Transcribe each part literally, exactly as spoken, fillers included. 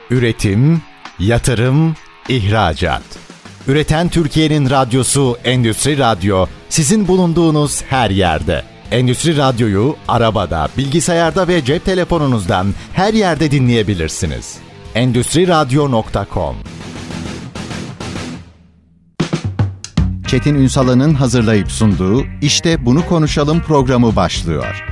Üretim, yatırım, ihracat. Üreten Türkiye'nin radyosu Endüstri Radyo, sizin bulunduğunuz her yerde. Endüstri Radyo'yu arabada, bilgisayarda ve cep telefonunuzdan her yerde dinleyebilirsiniz. endüstri radyo nokta com. Çetin Ünsal'ın hazırlayıp sunduğu İşte Bunu Konuşalım programı başlıyor.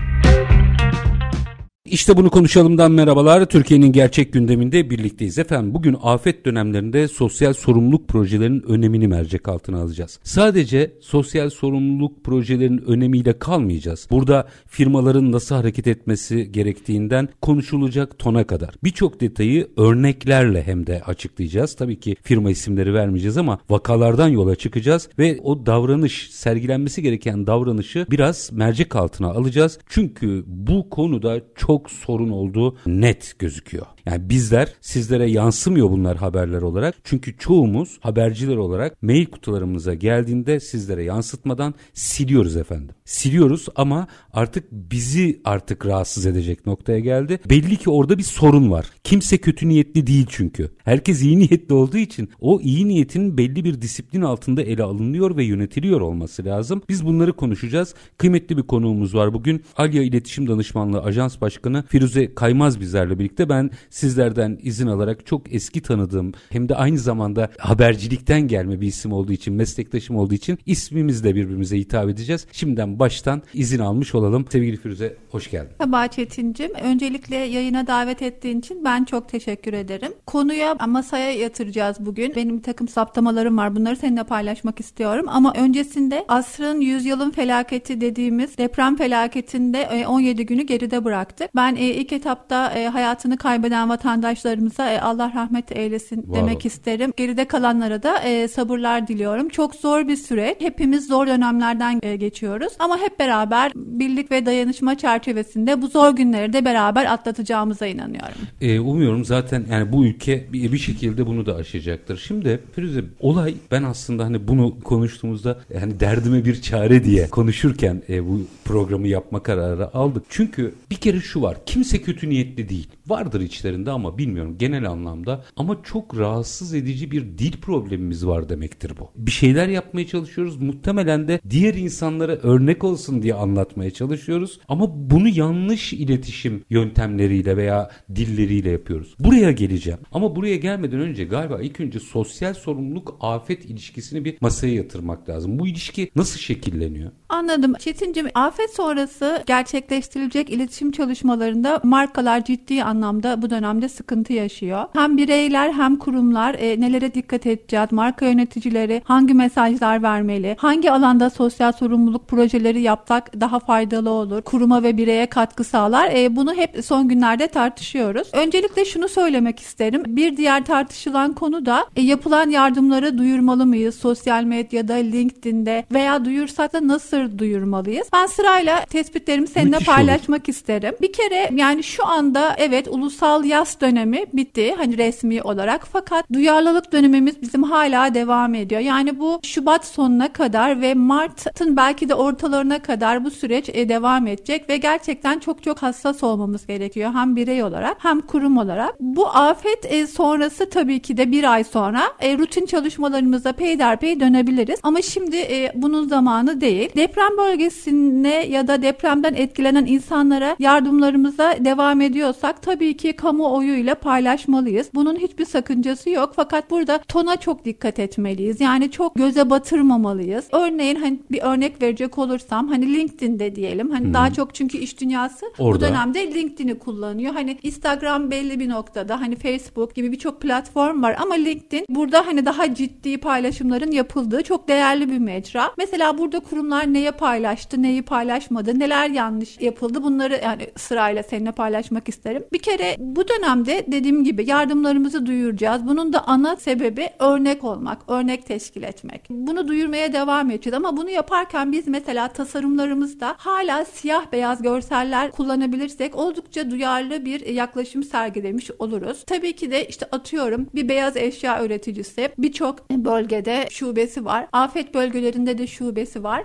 İşte bunu konuşalımdan merhabalar. Türkiye'nin gerçek gündeminde birlikteyiz efendim. Bugün afet dönemlerinde sosyal sorumluluk projelerinin önemini mercek altına alacağız. Sadece sosyal sorumluluk projelerinin önemiyle kalmayacağız. Burada firmaların nasıl hareket etmesi gerektiğinden konuşulacak tona kadar birçok detayı örneklerle hem de açıklayacağız. Tabii ki firma isimleri vermeyeceğiz ama vakalardan yola çıkacağız ve o davranış, sergilenmesi gereken davranışı biraz mercek altına alacağız. Çünkü bu konuda çok Çok sorun olduğu net gözüküyor. Yani bizler, sizlere yansımıyor bunlar haberler olarak. Çünkü çoğumuz haberciler olarak mail kutularımıza geldiğinde sizlere yansıtmadan siliyoruz efendim. Siliyoruz ama artık bizi artık rahatsız edecek noktaya geldi. Belli ki orada bir sorun var. Kimse kötü niyetli değil çünkü. Herkes iyi niyetli olduğu için o iyi niyetin belli bir disiplin altında ele alınıyor ve yönetiliyor olması lazım. Biz bunları konuşacağız. Kıymetli bir konuğumuz var bugün. Alya İletişim Danışmanlığı Ajans Başkanı Firuze Kaymaz bizlerle birlikte. Ben sizlerden izin alarak çok eski tanıdığım hem de aynı zamanda habercilikten gelme bir isim olduğu için, meslektaşım olduğu için ismimizle birbirimize hitap edeceğiz. Şimdiden baştan izin almış olalım. Sevgili Firuze, hoş geldin. Merhaba Çetincim. Öncelikle yayına davet ettiğin için ben çok teşekkür ederim. Konuya masaya yatıracağız bugün. Benim bir takım saptamalarım var. Bunları seninle paylaşmak istiyorum. Ama öncesinde asrın yüzyılın felaketi dediğimiz deprem felaketinde on yedi günü geride bıraktık. Ben ilk etapta hayatını kaybeden vatandaşlarımıza Allah rahmet eylesin Var demek ol. isterim. Geride kalanlara da sabırlar diliyorum. Çok zor bir süreç. Hepimiz zor dönemlerden geçiyoruz. Ama hep beraber birlik ve dayanışma çerçevesinde bu zor günleri de beraber atlatacağımıza inanıyorum. Ee, umuyorum zaten yani bu ülke bir, bir şekilde bunu da aşacaktır. Şimdi Firuze, olay, ben aslında hani bunu konuştuğumuzda hani derdime bir çare diye konuşurken e, bu programı yapma kararı aldık. Çünkü bir kere şu var. Kimse kötü niyetli değil. Vardır içlerinde ama bilmiyorum genel anlamda, ama çok rahatsız edici bir dil problemimiz var demektir bu. Bir şeyler yapmaya çalışıyoruz. Muhtemelen de diğer insanlara örnek olsun diye anlatmaya çalışıyoruz. Ama bunu yanlış iletişim yöntemleriyle veya dilleriyle yapıyoruz. Buraya geleceğim. Ama buraya gelmeden önce galiba ilk önce sosyal sorumluluk afet ilişkisini bir masaya yatırmak lazım. Bu ilişki nasıl şekilleniyor? Anladım. Çetincim, afet sonrası gerçekleştirilecek iletişim çalışmalarında markalar ciddi anlamda bu dönemde sıkıntı yaşıyor. Hem bireyler hem kurumlar e, nelere dikkat edeceğiz? Marka yöneticileri hangi mesajlar vermeli? Hangi alanda sosyal sorumluluk projeleri yapsak daha faydalı olur? Kuruma ve bireye katkı sağlar. E, bunu hep son günlerde tartışıyoruz. Öncelikle şunu söylemek isterim. Bir diğer tartışılan konu da e, yapılan yardımları duyurmalı mıyız? Sosyal medyada, LinkedIn'de veya duyursak da nasıl duyurmalıyız? Ben sırayla tespitlerimi seninle Müthiş paylaşmak olur. isterim. Bir kere yani şu anda evet ulusal yaz dönemi bitti hani resmi olarak, fakat duyarlılık dönemimiz bizim hala devam ediyor. Yani bu Şubat sonuna kadar ve Mart'ın belki de ortalarına kadar bu süreç e, devam edecek ve gerçekten çok çok hassas olmamız gerekiyor. Hem birey olarak hem kurum olarak. Bu afet e, sonrası tabii ki de bir ay sonra e, rutin çalışmalarımıza peyderpey dönebiliriz. Ama şimdi e, bunun zamanı değil. Deprem bölgesine ya da depremden etkilenen insanlara yardımlarımıza devam ediyorsak tabii ki kamuoyuyla paylaşmalıyız. Bunun hiçbir sakıncası yok. Fakat burada tona çok dikkat etmeliyiz. Yani çok göze batırmamalıyız. Örneğin hani bir örnek verecek olursam hani LinkedIn'de diyelim. Hani hmm. daha çok çünkü iş dünyası Orada. bu dönemde LinkedIn'i kullanıyor. Hani Instagram belli bir noktada, hani Facebook gibi birçok platform var ama LinkedIn burada hani daha ciddi paylaşımların yapıldığı çok değerli bir mecra. Mesela burada kurumlar neye paylaştı, neyi paylaşmadı, neler yanlış yapıldı, bunları yani sırayla seninle paylaşmak isterim. Bir kere bu dönemde dediğim gibi yardımlarımızı duyuracağız. Bunun da ana sebebi örnek olmak, örnek teşkil etmek. Bunu duyurmaya devam edeceğiz ama bunu yaparken biz mesela tasarımlarımızda hala siyah beyaz görseller kullanabilirsek oldukça duyarlı bir yaklaşım sergilemiş oluruz. Tabii ki de işte atıyorum bir beyaz eşya üreticisi birçok bölgede şubesi var. Afet bölgelerinde de şubesi var. Buradaki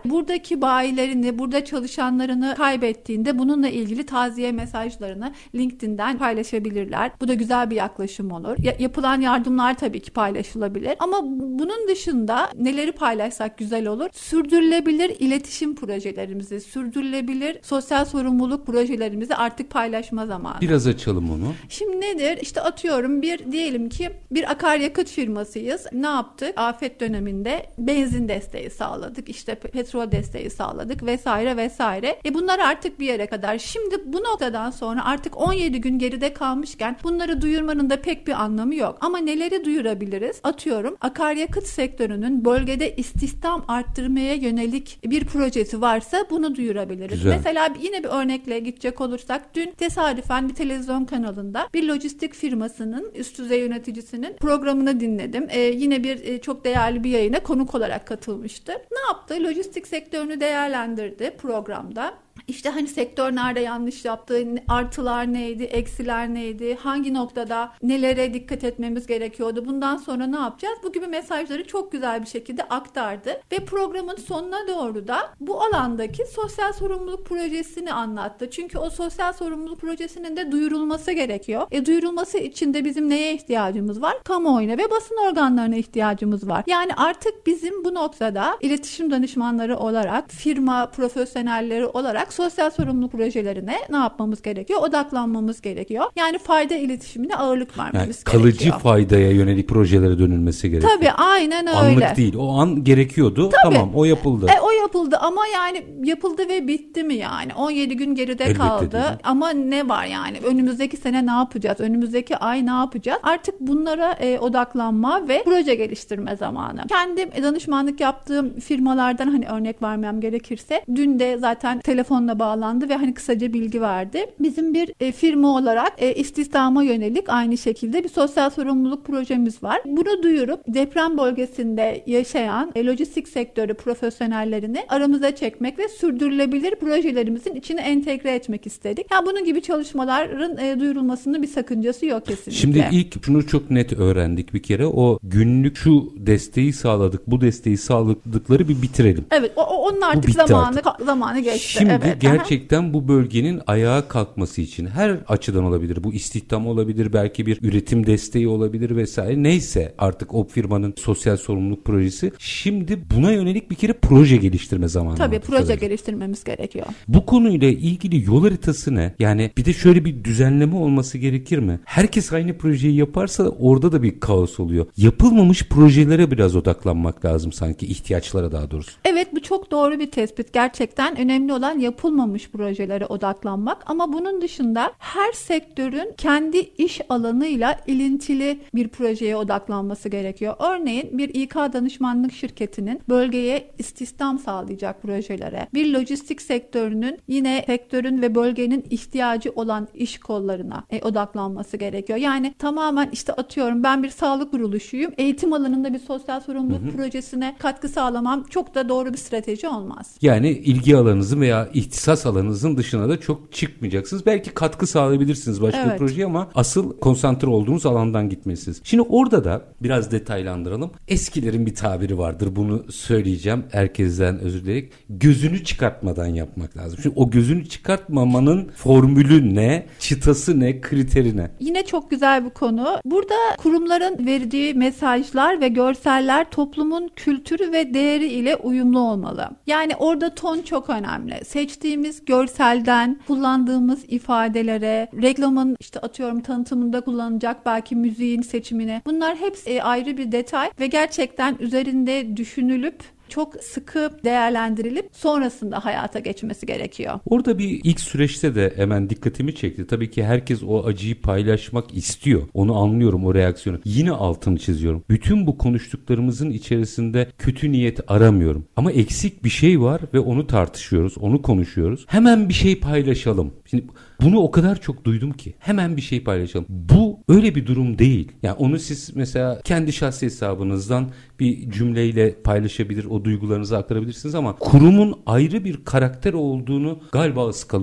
buradaki bayilerini, burada çalışanlarını kaybettiğinde bununla ilgili taziye mesajlarını LinkedIn'den paylaşabilirler. Bu da güzel bir yaklaşım olur. Ya, yapılan yardımlar tabii ki paylaşılabilir. Ama bunun dışında neleri paylaşsak güzel olur? Sürdürülebilir iletişim projelerimizi, sürdürülebilir sosyal sorumluluk projelerimizi artık paylaşma zamanı. Biraz açalım onu. Şimdi nedir? İşte atıyorum bir diyelim ki bir akaryakıt firmasıyız. Ne yaptık? Afet döneminde benzin desteği sağladık. İşte petrol desteği sağladık vesaire vesaire. E bunlar artık bir yere kadar. Şimdi bu noktadan sonra artık on yedi gün geride kalmışken bunları duyurmanın da pek bir anlamı yok. Ama neleri duyurabiliriz? Atıyorum akaryakıt sektörünün bölgede istihdam arttırmaya yönelik bir projesi varsa bunu duyurabiliriz. Güzel. Mesela yine bir örnekle gidecek olursak dün tesadüfen bir televizyon kanalında bir lojistik firmasının üst düzey yöneticisinin programını dinledim. Ee, yine bir e, çok değerli bir yayına konuk olarak katılmıştı. Ne yaptı? Lojistik sektörünü değerlendirdi programda. İşte hani sektör nerede yanlış yaptı, artılar neydi, eksiler neydi, hangi noktada nelere dikkat etmemiz gerekiyordu, bundan sonra ne yapacağız? Bu gibi mesajları çok güzel bir şekilde aktardı ve programın sonuna doğru da bu alandaki sosyal sorumluluk projesini anlattı. Çünkü o sosyal sorumluluk projesinin de duyurulması gerekiyor. E duyurulması için de bizim neye ihtiyacımız var? Kamuoyuna ve basın organlarına ihtiyacımız var. Yani artık bizim bu noktada iletişim danışmanları olarak, firma profesyonelleri olarak sosyal sorumluluk projelerine ne yapmamız gerekiyor? Odaklanmamız gerekiyor. Yani fayda iletişimine ağırlık vermemiz yani gerekiyor. Kalıcı faydaya yönelik projelere dönülmesi gerekiyor. Tabii aynen öyle. Anlık değil. O an gerekiyordu. Tabii. Tamam o yapıldı. E, o yapıldı ama yani yapıldı ve bitti mi yani? on yedi gün geride Elbette kaldı. değil. Ama ne var yani? Önümüzdeki sene ne yapacağız? Önümüzdeki ay ne yapacağız? Artık bunlara e, odaklanma ve proje geliştirme zamanı. Kendim danışmanlık yaptığım firmalardan hani örnek vermem gerekirse dün de zaten telefonla bağlandı ve hani kısaca bilgi verdi. Bizim bir e, firma olarak e, istihdama yönelik aynı şekilde bir sosyal sorumluluk projemiz var. Bunu duyurup deprem bölgesinde yaşayan e, lojistik sektörü profesyonellerini aramıza çekmek ve sürdürülebilir projelerimizin içine entegre etmek istedik. Ya yani bunun gibi çalışmaların e, duyurulmasının bir sakıncası yok kesinlikle. Şimdi ilk şunu çok net öğrendik bir kere. O günlük şu desteği sağladık, bu desteği sağladıkları bir bitirelim. Evet, o, onun artık zamanı artık. zamanı geçti. Şimdi evet. gerçekten aha. bu bölgenin ayağa kalkması için her açıdan olabilir. Bu istihdam olabilir, belki bir üretim desteği olabilir vesaire. Neyse artık o firmanın sosyal sorumluluk projesi. Şimdi buna yönelik bir kere proje geliştirme zamanı. Tabii proje sanırım. geliştirmemiz gerekiyor. Bu konuyla ilgili yol haritası ne? Yani bir de şöyle bir düzenleme olması gerekir mi? Herkes aynı projeyi yaparsa orada da bir kaos oluyor. Yapılmamış projelere biraz odaklanmak lazım sanki, ihtiyaçlara daha doğrusu. Evet, bu çok doğru bir tespit. Gerçekten önemli olan yapılmamış projelere odaklanmak ama bunun dışında her sektörün kendi iş alanıyla ilintili bir projeye odaklanması gerekiyor. Örneğin bir İK danışmanlık şirketinin bölgeye istihdam sağlayacak projelere, bir lojistik sektörünün yine sektörün ve bölgenin ihtiyacı olan iş kollarına e, odaklanması gerekiyor. Yani tamamen işte atıyorum ben bir sağlık kuruluşuyum, eğitim alanında bir sosyal sorumluluk hı hı. projesine katkı sağlamam çok da doğru bir strateji olmaz. Yani ilgi alanınızın veya ihtisas alanınızın dışına da çok çıkmayacaksınız. Belki katkı sağlayabilirsiniz başka evet. bir projeye ama asıl konsantre olduğunuz alandan gitmelisiniz. Şimdi orada da biraz detaylandıralım. Eskilerin bir tabiri vardır, bunu söyleyeceğim herkesten özür dileyerek. Gözünü çıkartmadan yapmak lazım. Şimdi o gözünü çıkartmamanın formülü ne, çıtası ne, kriteri ne? Yine çok güzel bir konu. Burada kurumların verdiği mesajlar ve görseller toplumun kültürü ve değeri ile uyumlu olmalı. Yani orada ton çok önemli. Seçtiğimiz görselden kullandığımız ifadelere, reklamın işte atıyorum tanıtımında kullanılacak belki müziğin seçimine, bunlar hepsi ayrı bir detay ve gerçekten üzerinde düşünülüp çok sıkı değerlendirilip sonrasında hayata geçmesi gerekiyor. Orada bir ilk süreçte de hemen dikkatimi çekti. Tabii ki herkes o acıyı paylaşmak istiyor. Onu anlıyorum, o reaksiyonu. Yine altını çiziyorum. Bütün bu konuştuklarımızın içerisinde kötü niyet aramıyorum. Ama eksik bir şey var ve onu tartışıyoruz, onu konuşuyoruz. Hemen bir şey paylaşalım. Şimdi bunu o kadar çok duydum ki. Hemen bir şey paylaşalım. Bu öyle bir durum değil. Yani onu siz mesela kendi şahsi hesabınızdan bir cümleyle paylaşabilir, o duygularınızı aktarabilirsiniz ama kurumun ayrı bir karakter olduğunu galiba ıskalıyoruz.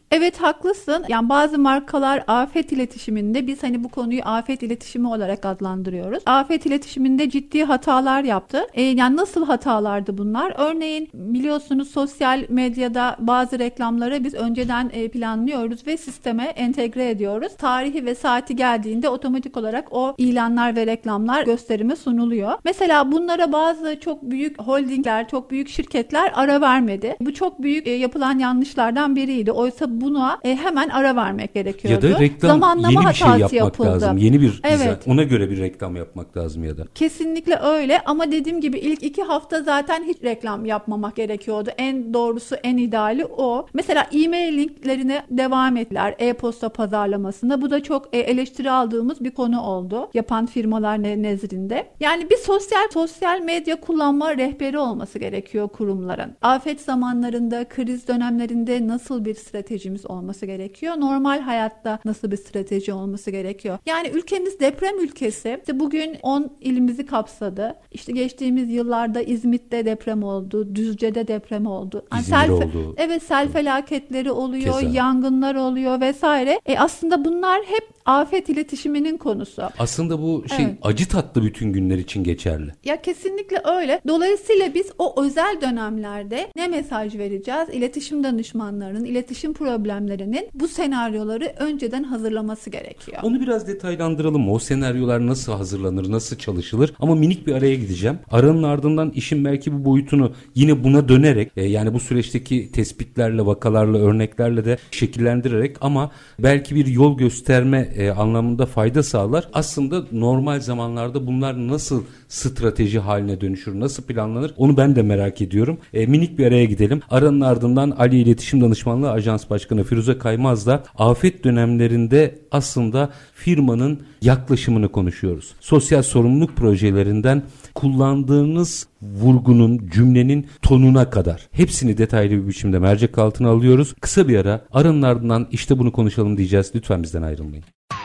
Evet, haklısın. Yani bazı markalar afet iletişiminde, biz hani bu konuyu afet iletişimi olarak adlandırıyoruz. Afet iletişiminde ciddi hatalar yaptı. E, yani nasıl hatalardı bunlar? Örneğin biliyorsunuz sosyal medyada bazı reklamları biz önceden e, planlıyoruz ve sisteme entegre ediyoruz. Tarihi ve saati geldiğinde otomatik olarak o ilanlar ve reklamlar gösterime sunuluyor. Mesela bunlara bazı çok büyük holdingler, çok büyük şirketler ara vermedi. Bu çok büyük e, yapılan yanlışlardan biriydi. Oysa buna e, hemen ara vermek gerekiyordu. Ya da reklam Zamanlama yeni bir şey yapmak yapıldı. lazım. Yeni bir evet. dizayn. Ona göre bir reklam yapmak lazım ya da. Kesinlikle öyle ama dediğim gibi ilk iki hafta zaten hiç reklam yapmamak gerekiyordu. En doğrusu, en ideali o. Mesela e-mail linklerine devam ettiler e-posta pazarlamasında. Bu da çok e, eleştiri aldığımız bir konu oldu. Yapan firmalar ne, nezdinde. Yani bir sosyal sosyal medya kullanma rehberi olması gerekiyor kurumların. Afet zamanlarında, kriz dönemlerinde nasıl bir stratejimiz olması gerekiyor? Normal hayatta nasıl bir strateji olması gerekiyor? Yani ülkemiz deprem ülkesi. İşte bugün on ilimizi kapsadı. İşte geçtiğimiz yıllarda İzmit'te deprem oldu, Düzce'de deprem oldu. Yani İzmir sel, oldu. Evet, sel felaketleri oluyor, Keza. yangınlar oluyor vesaire. E aslında bunlar hep afet iletişiminin konusu. Aslında bu şey Evet. acı tatlı bütün günler için geçerli. Ya kesinlikle öyle. Dolayısıyla biz o özel dönemlerde ne mesaj vereceğiz? İletişim danışmanlarının, iletişim problemlerinin bu senaryoları önceden hazırlaması gerekiyor. Onu biraz detaylandıralım. O senaryolar nasıl hazırlanır, nasıl çalışılır? Ama minik bir araya gideceğim. Aranın ardından işin belki bu boyutunu yine buna dönerek e, yani bu süreçteki tespitlerle, vakalarla, örneklerle de şekillendirerek ama belki bir yol gösterme e, anlamında fayda sağlar. Aslında normal zamanlarda bunlar nasıl strateji haline dönüşür, nasıl planlanır? Onu ben de merak ediyorum. E, minik bir araya gidelim. Aranın ardından Ali İletişim Danışmanlığı Ajans Başkanı Firuze Kaymaz'la afet dönemlerinde aslında firmanın yaklaşımını konuşuyoruz. Sosyal sorumluluk projelerinden kullandığınız vurgunun, cümlenin tonuna kadar hepsini detaylı bir biçimde mercek altına alıyoruz. Kısa bir ara, aranın ardından işte bunu konuşalım diyeceğiz. Lütfen bizden ayrılmayın.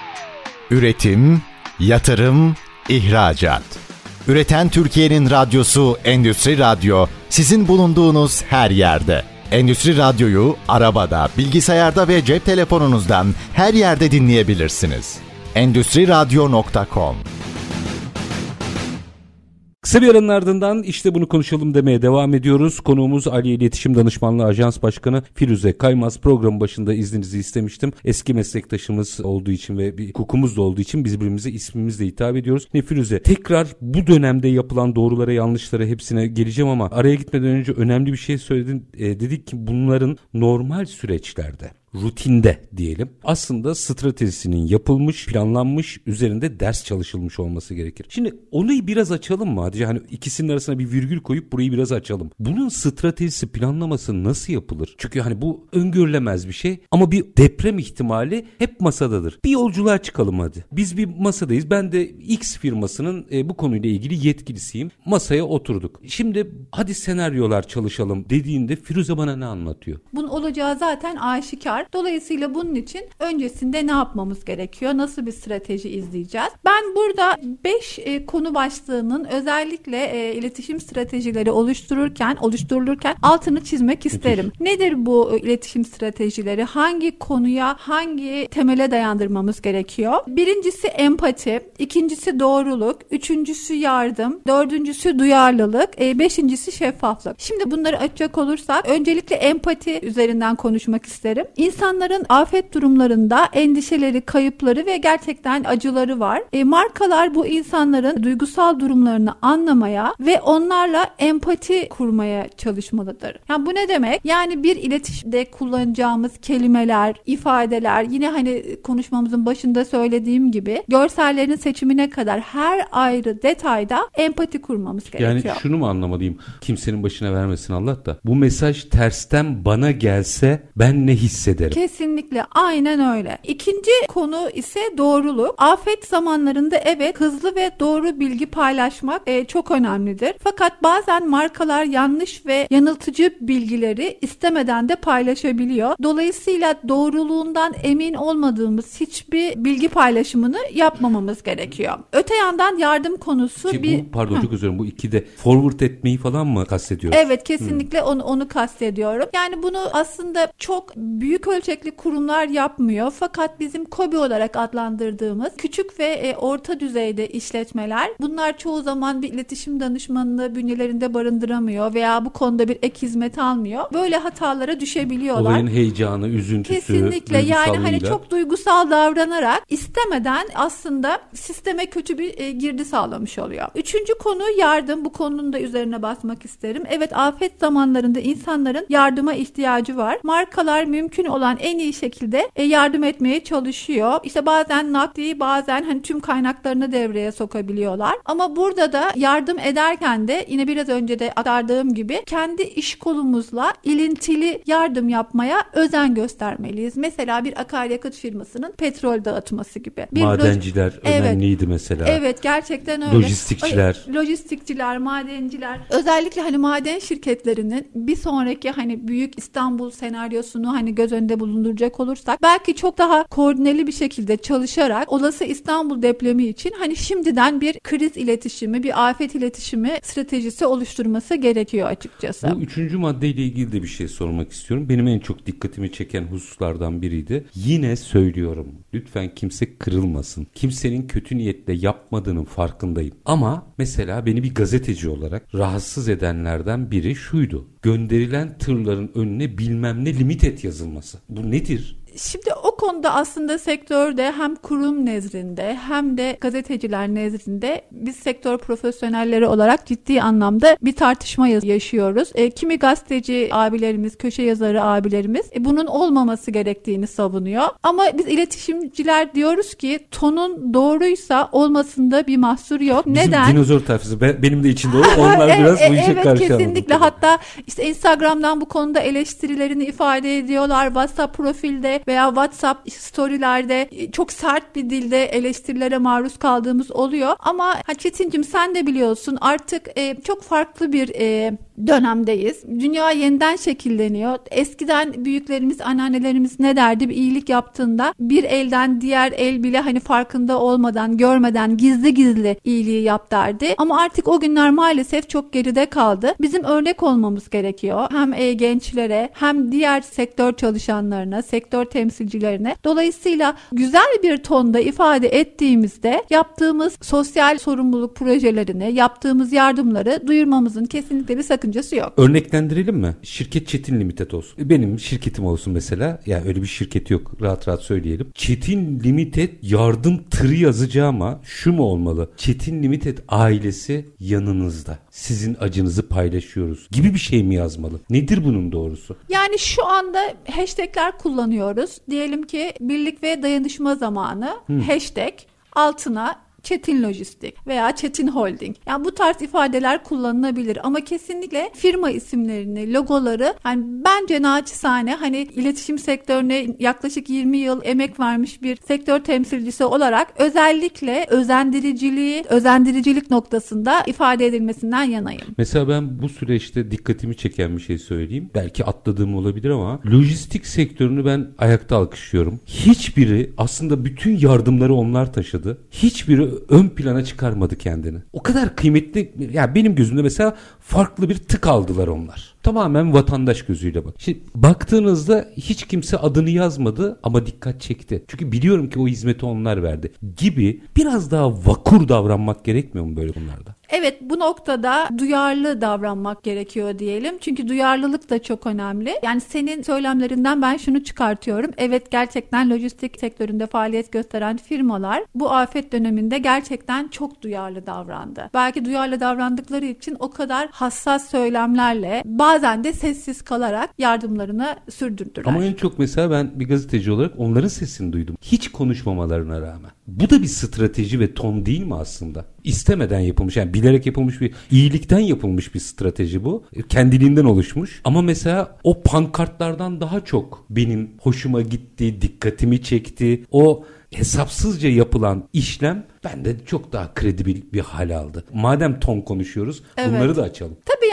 Üretim, yatırım, ihracat. Üreten Türkiye'nin radyosu Endüstri Radyo, sizin bulunduğunuz her yerde. Endüstri Radyo'yu arabada, bilgisayarda ve cep telefonunuzdan her yerde dinleyebilirsiniz. endüstri radyo nokta com. Kısa bir aranın ardından işte bunu konuşalım demeye devam ediyoruz. Konuğumuz Ali İletişim Danışmanlığı Ajans Başkanı Firuze Kaymaz. Programın başında izninizi istemiştim. Eski meslektaşımız olduğu için ve bir hukukumuz da olduğu için biz birbirimize ismimizle hitap ediyoruz. Ne Firuze, tekrar bu dönemde yapılan doğrulara, yanlışlara hepsine geleceğim ama araya gitmeden önce önemli bir şey söyledin. E, dedik ki bunların normal süreçlerde, rutinde diyelim, aslında stratejisinin yapılmış, planlanmış, üzerinde ders çalışılmış olması gerekir. Şimdi onu biraz açalım mı? Hadi hani ikisinin arasına bir virgül koyup burayı biraz açalım. Bunun stratejisi, planlaması nasıl yapılır? Çünkü hani bu öngörülemez bir şey ama bir deprem ihtimali hep masadadır. Bir yolculuğa çıkalım hadi. Biz bir masadayız. Ben de X firmasının e, bu konuyla ilgili yetkilisiyim. Masaya oturduk. Şimdi hadi senaryolar çalışalım dediğinde Firuze bana ne anlatıyor? Bunun olacağı zaten aşikar. Dolayısıyla bunun için öncesinde ne yapmamız gerekiyor? Nasıl bir strateji izleyeceğiz? Ben burada beş e, konu başlığının özellikle e, iletişim stratejileri oluştururken, oluşturulurken altını çizmek isterim. Nedir bu e, iletişim stratejileri? Hangi konuya, hangi temele dayandırmamız gerekiyor? Birincisi empati, ikincisi doğruluk, üçüncüsü yardım, dördüncüsü duyarlılık, e, beşincisi şeffaflık. Şimdi bunları açacak olursak öncelikle empati üzerinden konuşmak isterim. İnsanların afet durumlarında endişeleri, kayıpları ve gerçekten acıları var. E, markalar bu insanların duygusal durumlarını anlamaya ve onlarla empati kurmaya çalışmalıdır. Yani bu ne demek? Yani bir iletişimde kullanacağımız kelimeler, ifadeler, yine hani konuşmamızın başında söylediğim gibi görsellerin seçimine kadar her ayrı detayda empati kurmamız gerekiyor. Yani şunu mu anlamalıyım? Kimsenin başına vermesin Allah da. Bu mesaj tersten bana gelse ben ne hissederim? Kesinlikle aynen öyle. İkinci konu ise doğruluk. Afet zamanlarında evet hızlı ve doğru bilgi paylaşmak e, çok önemlidir. Fakat bazen markalar yanlış ve yanıltıcı bilgileri istemeden de paylaşabiliyor. Dolayısıyla doğruluğundan emin olmadığımız hiçbir bilgi paylaşımını yapmamamız gerekiyor. Öte yandan yardım konusu şey, bir... Bu, pardon Hı. çok özür dilerim. Bu ikide forward etmeyi falan mı kastediyoruz? Evet, kesinlikle onu, onu kastediyorum. Yani bunu aslında çok büyük büyük ölçekli kurumlar yapmıyor. Fakat bizim KOBİ olarak adlandırdığımız küçük ve e, orta düzeyde işletmeler, bunlar çoğu zaman bir iletişim danışmanını bünyelerinde barındıramıyor veya bu konuda bir ek hizmet almıyor. Böyle hatalara düşebiliyorlar. Olayın heyecanı, üzüntüsü, kesinlikle yani hani çok duygusal davranarak istemeden aslında sisteme kötü bir e, girdi sağlamış oluyor. Üçüncü konu yardım. Bu konunun da üzerine basmak isterim. Evet, afet zamanlarında insanların yardıma ihtiyacı var. Markalar mümkün olan en iyi şekilde e, yardım etmeye çalışıyor. İşte bazen nakdi, bazen hani tüm kaynaklarını devreye sokabiliyorlar. Ama burada da yardım ederken de yine biraz önce de aktardığım gibi kendi iş kolumuzla ilintili yardım yapmaya özen göstermeliyiz. Mesela bir akaryakıt firmasının petrol dağıtması gibi. Bir Madenciler loj- önemliydi evet, mesela. Evet, gerçekten öyle. Lojistikçiler. Ay, lojistikçiler, madenciler. Özellikle hani maden şirketlerinin bir sonraki hani büyük İstanbul senaryosunu hani göz önünde bulunduracak olursak belki çok daha koordineli bir şekilde çalışarak olası İstanbul depremi için hani şimdiden bir kriz iletişimi, bir afet iletişimi stratejisi oluşturması gerekiyor açıkçası. Bu üçüncü maddeyle ilgili de bir şey sormak istiyorum. Benim en çok dikkatimi çeken hususlardan biriydi. Yine söylüyorum. Lütfen kimse kırılmasın. Kimsenin kötü niyetle yapmadığının farkındayım. Ama mesela beni bir gazeteci olarak rahatsız edenlerden biri şuydu. Gönderilen tırların önüne bilmem ne limit et yazılması. Bu nedir? Şimdi o konuda aslında sektörde hem kurum nezdinde hem de gazeteciler nezdinde biz sektör profesyonelleri olarak ciddi anlamda bir tartışma yaşıyoruz. E, kimi gazeteci abilerimiz, köşe yazarı abilerimiz e, bunun olmaması gerektiğini savunuyor. Ama biz iletişimciler diyoruz ki tonun doğruysa olmasında bir mahsur yok. Bizim neden? dinozor tayfası ben, benim de içinde olur. Onlar biraz bu işe evet, karşı kesinlikle. anladım. Hatta işte Instagram'dan bu konuda eleştirilerini ifade ediyorlar. WhatsApp profilde veya WhatsApp storylerde çok sert bir dilde eleştirilere maruz kaldığımız oluyor. Ama ha, Çetincim sen de biliyorsun artık e, çok farklı bir e, dönemdeyiz. Dünya yeniden şekilleniyor. Eskiden büyüklerimiz, anneannelerimiz ne derdi? Bir iyilik yaptığında bir elden diğer el bile hani farkında olmadan, görmeden gizli gizli iyiliği yap derdi. Ama artık o günler maalesef çok geride kaldı. Bizim örnek olmamız gerekiyor. Hem e, gençlere hem diğer sektör çalışanlarına, sektör temsilcilerine. Dolayısıyla güzel bir tonda ifade ettiğimizde yaptığımız sosyal sorumluluk projelerini, yaptığımız yardımları duyurmamızın kesinlikle bir sakıncası yok. Örneklendirelim mi? Şirket Çetin Limited olsun. Benim şirketim olsun mesela. Ya yani öyle bir şirket yok. Rahat rahat söyleyelim. Çetin Limited yardım tırı yazacağıma şu mu olmalı? Çetin Limited ailesi yanınızda. Sizin acınızı paylaşıyoruz gibi bir şey mi yazmalı? Nedir bunun doğrusu? Yani şu anda hashtagler kullanıyoruz. Diyelim ki birlik ve dayanışma zamanı. Hmm. Hashtag altına Çetin Lojistik veya Çetin Holding. Yani bu tarz ifadeler kullanılabilir ama kesinlikle firma isimlerini, logoları yani bence naçizane hani iletişim sektörüne yaklaşık yirmi yıl emek vermiş bir sektör temsilcisi olarak özellikle özendiriciliği, özendiricilik noktasında ifade edilmesinden yanayım. Mesela ben bu süreçte dikkatimi çeken bir şey söyleyeyim. Belki atladığım olabilir ama lojistik sektörünü ben ayakta alkışlıyorum. Hiçbiri aslında bütün yardımları onlar taşıdı. Hiçbiri ön plana çıkarmadı kendini. O kadar kıymetli, ya benim gözümde mesela farklı bir tık aldılar onlar. Tamamen vatandaş gözüyle bak. Şimdi baktığınızda hiç kimse adını yazmadı ama dikkat çekti. Çünkü biliyorum ki o hizmeti onlar verdi gibi biraz daha vakur davranmak gerekmiyor mu böyle bunlarda? Evet, bu noktada duyarlı davranmak gerekiyor diyelim. Çünkü duyarlılık da çok önemli. Yani senin söylemlerinden ben şunu çıkartıyorum. Evet, gerçekten lojistik sektöründe faaliyet gösteren firmalar bu afet döneminde gerçekten çok duyarlı davrandı. Belki duyarlı davrandıkları için o kadar hassas söylemlerle bazen de sessiz kalarak yardımlarını sürdürdüler. Ama en çok mesela ben bir gazeteci olarak onların sesini duydum. Hiç konuşmamalarına rağmen. Bu da bir strateji ve ton değil mi aslında? İstemeden yapılmış, yani bilerek yapılmış bir, iyilikten yapılmış bir strateji bu. Kendiliğinden oluşmuş. Ama mesela o pankartlardan daha çok benim hoşuma gitti, dikkatimi çekti. O hesapsızca yapılan işlem bende çok daha kredibil bir hal aldı. Madem ton konuşuyoruz, evet, bunları da açalım. Tabii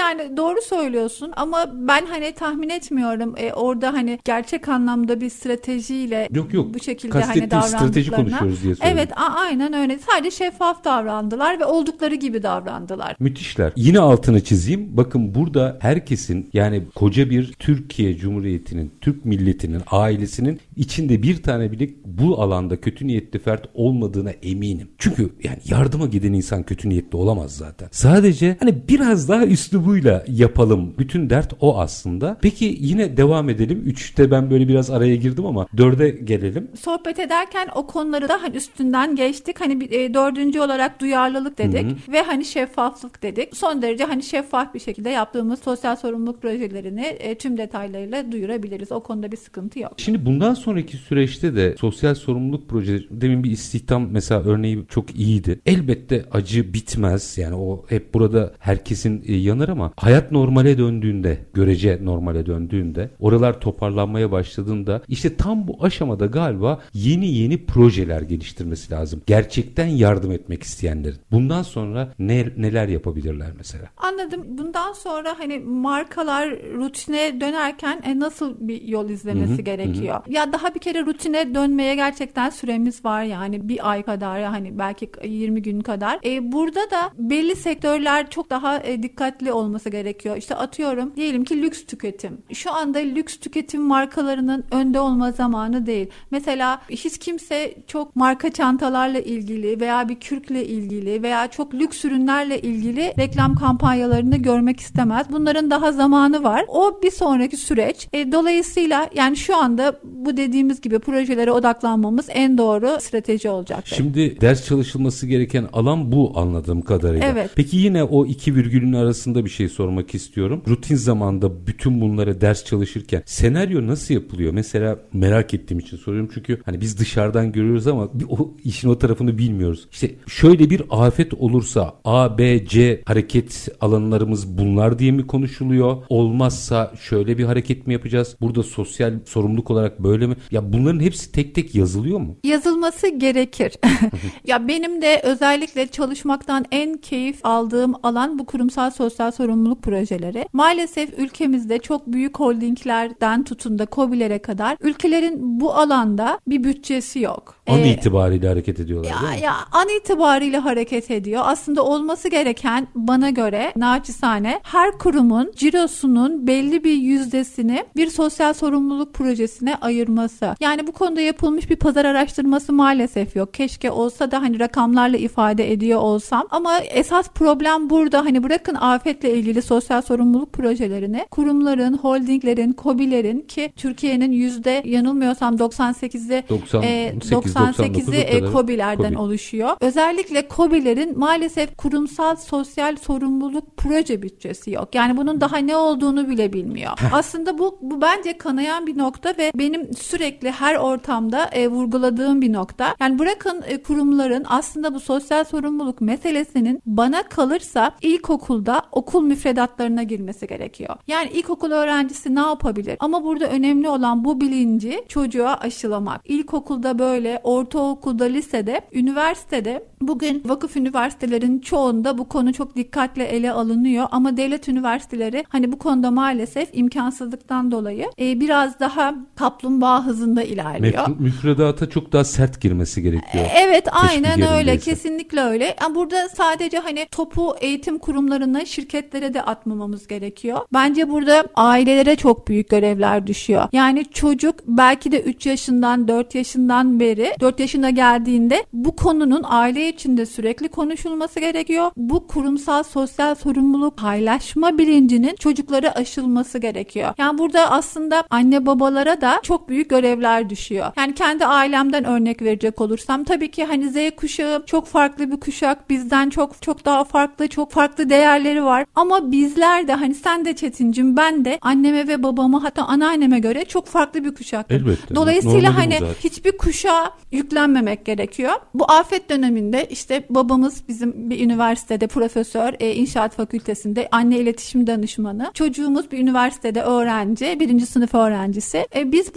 yani doğru söylüyorsun ama ben hani tahmin etmiyorum e, orada hani gerçek anlamda bir stratejiyle yok, yok. bu şekilde hani davrandıklarına. Strateji konuşuyoruz diye söyledim. Evet, a- aynen öyle. Sadece şeffaf davrandılar ve oldukları gibi davrandılar. Müthişler. Yine altını çizeyim. Bakın burada herkesin, yani koca bir Türkiye Cumhuriyeti'nin, Türk milletinin, ailesinin içinde bir tane bile bu alanda kötü niyetli fert olmadığına eminim. Çünkü yani yardıma giden insan kötü niyetli olamaz zaten. Sadece hani biraz daha üslubuyla yapalım. Bütün dert o aslında. Peki yine devam edelim. Üçte ben böyle biraz araya girdim ama dörde gelelim. Sohbet ederken o konuları da hani üstünden geçtik. Hani bir, e, dördüncü olarak duyarlılık dedik. Hı-hı. Ve hani şeffaflık dedik. Son derece hani şeffaf bir şekilde yaptığımız sosyal sorumluluk projelerini e, tüm detaylarıyla duyurabiliriz. O konuda bir sıkıntı yok. Şimdi bundan sonraki süreçte de sosyal sorumluluk projesi, demin bir istihdam mesela örneği çok iyiydi. Elbette acı bitmez. Yani o hep burada herkesin e, yanar ama hayat normale döndüğünde, görece normale döndüğünde, oralar toparlanmaya başladığında işte tam bu aşamada galiba yeni yeni projeler geliştirmesi lazım. Gerçekten yardım etmek isteyenlerin. Bundan sonra ne, neler yapabilirler mesela? Anladım. Bundan sonra hani markalar rutine dönerken e, nasıl bir yol izlemesi hı hı, gerekiyor? Hı. Ya daha bir kere rutine dönmeye gerçekten süremiz var yani bir ay kadar, hani belki yirmi gün kadar. E, burada da belli sektörler çok daha e, dikkatli olması gerekiyor. İşte atıyorum diyelim ki lüks tüketim. Şu anda lüks tüketim markalarının önde olma zamanı değil. Mesela hiç kimse çok marka çantalarla ilgili veya bir kürkle ilgili veya çok lüks ürünlerle ilgili reklam kampanyalarını görmek istemez. Bunların daha zamanı var. O bir sonraki süreç. E, dolayısıyla yani şu anda bu dediğimiz gibi projelere odaklanmamız en doğru strateji olacaktır. Şimdi ders çalışılması gereken alan bu anladığım kadarıyla. Evet. Peki yine o iki virgülün arasında bir şey sormak istiyorum. Rutin zamanda bütün bunlara ders çalışırken senaryo nasıl yapılıyor? Mesela merak ettiğim için soruyorum çünkü hani biz dışarıdan görüyoruz ama o işin o tarafını bilmiyoruz. İşte şöyle bir afet olursa A, B, C hareket alanlarımız bunlar diye mi konuşuluyor? Olmazsa şöyle bir hareket mi yapacağız? Burada sosyal sorumluluk olarak böyle mi? Ya bunların hepsi tek tek yazılıyor mu? Yazılması gerekir. Ya benim de özellikle çalışmaktan en keyif aldığım alan bu kurumsal sosyal sorumluluk projeleri. Maalesef ülkemizde çok büyük holdinglerden tutun da KOBİ'lere kadar ülkelerin bu alanda bir bütçesi yok. An ee, itibariyle hareket ediyorlar ya, değil mi? Ya an itibariyle hareket ediyor. Aslında olması gereken bana göre naçizane her kurumun cirosunun belli bir yüzdesini bir sosyal sorumluluk projesine ayırması. Yani bu konuda yapılmış bir pazar araştırması maalesef yok. Keşke olsa da hani rakamlarla ifade ediyor olsam. Ama esas problem burada. Hani bırakın afetle ilgili sosyal sorumluluk projelerini kurumların, holdinglerin, KOBİ'lerin ki Türkiye'nin yüzde yanılmıyorsam doksan sekizi doksan sekiz, doksan sekizi e, KOBİ'lerden KOBİ. oluşuyor. Özellikle KOBİ'lerin maalesef kurumsal sosyal sorumluluk proje bütçesi yok. Yani bunun daha ne olduğunu bile bilmiyor. Aslında bu bu bence kanayan bir nokta ve benim sürekli her ortamda e, vurguladığım bir nokta. Yani bırakın e, kurumların aslında bu sosyal sorumluluk meselesinin bana kalırsa ilkokulda okul müfredatlarına girmesi gerekiyor. Yani ilkokul öğrencisi ne yapabilir? Ama burada önemli olan bu bilinci çocuğa aşılamak. İlkokulda böyle, ortaokulda, lisede, üniversitede bugün vakıf üniversitelerinin çoğunda bu konu çok dikkatle ele alınıyor ama devlet üniversiteleri hani bu konuda maalesef imkansızlıktan dolayı e, biraz daha kaplumbağa hızında ilerliyor. Mef- müfredata çok daha sert girmesi gerekiyor. E, evet aynen öyle, kesinlikle öyle. Yani burada sadece hani topu eğitim kurumlarına, şirketlere de atmamamız gerekiyor. Bence burada ailelere çok büyük görevler düşüyor. Yani çocuk belki de üç yaşından dört yaşından beri dört yaşına geldiğinde bu konunun aile içinde sürekli konuşulması gerekiyor. Bu kurumsal sosyal sorumluluk paylaşma bilincinin çocuklara aşılması gerekiyor. Yani burada aslında anne babalara da çok büyük görevler düşüyor. Yani kendi ailemden örnek verecek olursam tabii ki hani Z kuşağı çok farklı bir kuşak. Bizden çok çok daha farklı, çok farklı değerleri var. Ama bizler de hani sen de Çetincim, ben de anneme ve babama, hatta anneanneme göre çok farklı bir kuşak. Elbette. Dolayısıyla hani hiçbir kuşağa yüklenmemek gerekiyor. Bu afet döneminde işte babamız bizim bir üniversitede profesör, e, inşaat fakültesinde anne iletişim danışmanı. Çocuğumuz bir üniversitede öğrenci, birinci sınıf öğrencisi. E, biz burada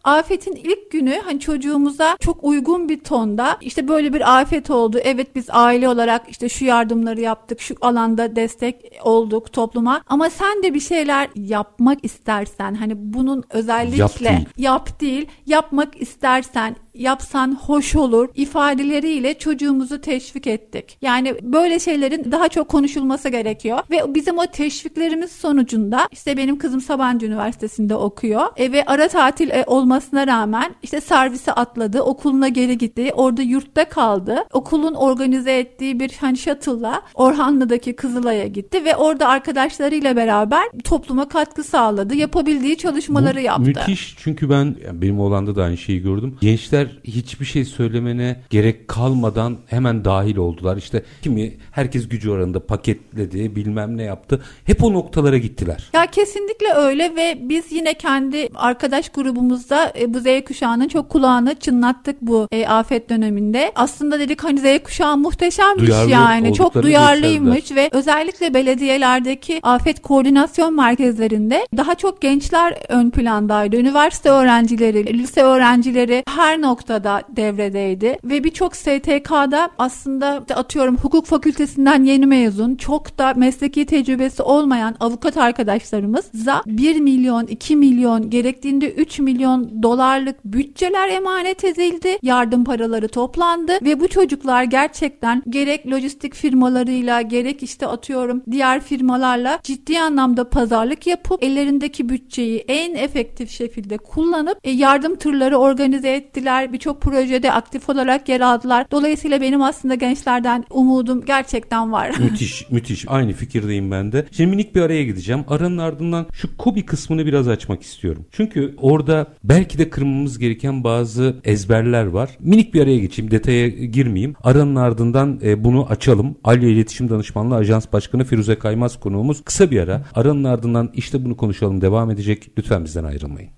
Afetin ilk günü hani çocuğumuza çok uygun bir tonda işte böyle bir afet oldu. Evet biz aile olarak işte şu yardımları yaptık, şu alanda destek olduk topluma. Ama sen de bir şeyler yapmak istersen, hani bunun özellikle yap değil, yap değil yapmak istersen, yapsan hoş olur ifadeleriyle çocuğumuzu teşvik ettik. Yani böyle şeylerin daha çok konuşulması gerekiyor ve bizim o teşviklerimiz sonucunda işte benim kızım Sabancı Üniversitesi'nde okuyor e, ve ara tatil e, olmasına rağmen işte servise atladı, okuluna geri gitti, orada yurtta kaldı. Okulun organize ettiği bir hani shuttle'la Orhanlı'daki Kızılay'a gitti ve orada arkadaşlarıyla beraber topluma katkı sağladı. Yapabildiği çalışmaları Bu yaptı. Müthiş, çünkü ben yani benim oğlanda da aynı şeyi gördüm. Gençler hiçbir şey söylemene gerek kalmadan hemen dahil oldular. İşte kimi herkes gücü oranında paketledi, bilmem ne yaptı. Hep o noktalara gittiler. Ya kesinlikle öyle ve biz yine kendi arkadaş grubumuzda e, bu Z kuşağının çok kulağını çınlattık bu e, afet döneminde. Aslında dedik hani Z kuşağı muhteşemmiş. Duyarlı yani. Çok duyarlıymış gösterdiler. Ve özellikle belediyelerdeki afet koordinasyon merkezlerinde daha çok gençler ön plandaydı. Üniversite öğrencileri, lise öğrencileri her noktada devredeydi ve birçok S T K'da aslında atıyorum hukuk fakültesinden yeni mezun, çok da mesleki tecrübesi olmayan avukat arkadaşlarımıza bir milyon, iki milyon, gerektiğinde üç milyon dolarlık bütçeler emanet edildi. Yardım paraları toplandı ve bu çocuklar gerçekten gerek lojistik firmalarıyla gerek işte atıyorum diğer firmalarla ciddi anlamda pazarlık yapıp ellerindeki bütçeyi en efektif şekilde kullanıp e, yardım tırları organize ettiler. Birçok projede aktif olarak yer aldılar. Dolayısıyla benim aslında gençlerden umudum gerçekten var. Müthiş, müthiş. Aynı fikirdeyim ben de. Şimdi minik bir araya gideceğim. Aranın ardından şu KOBİ kısmını biraz açmak istiyorum. Çünkü orada belki de kırmamız gereken bazı ezberler var. Minik bir araya geçeyim. Detaya girmeyeyim. Aranın ardından e, bunu açalım. Alya İletişim Danışmanlığı Ajans Başkanı Firuze Kaymaz konuğumuz. Kısa bir ara. Aranın ardından işte bunu konuşalım devam edecek. Lütfen bizden ayrılmayın.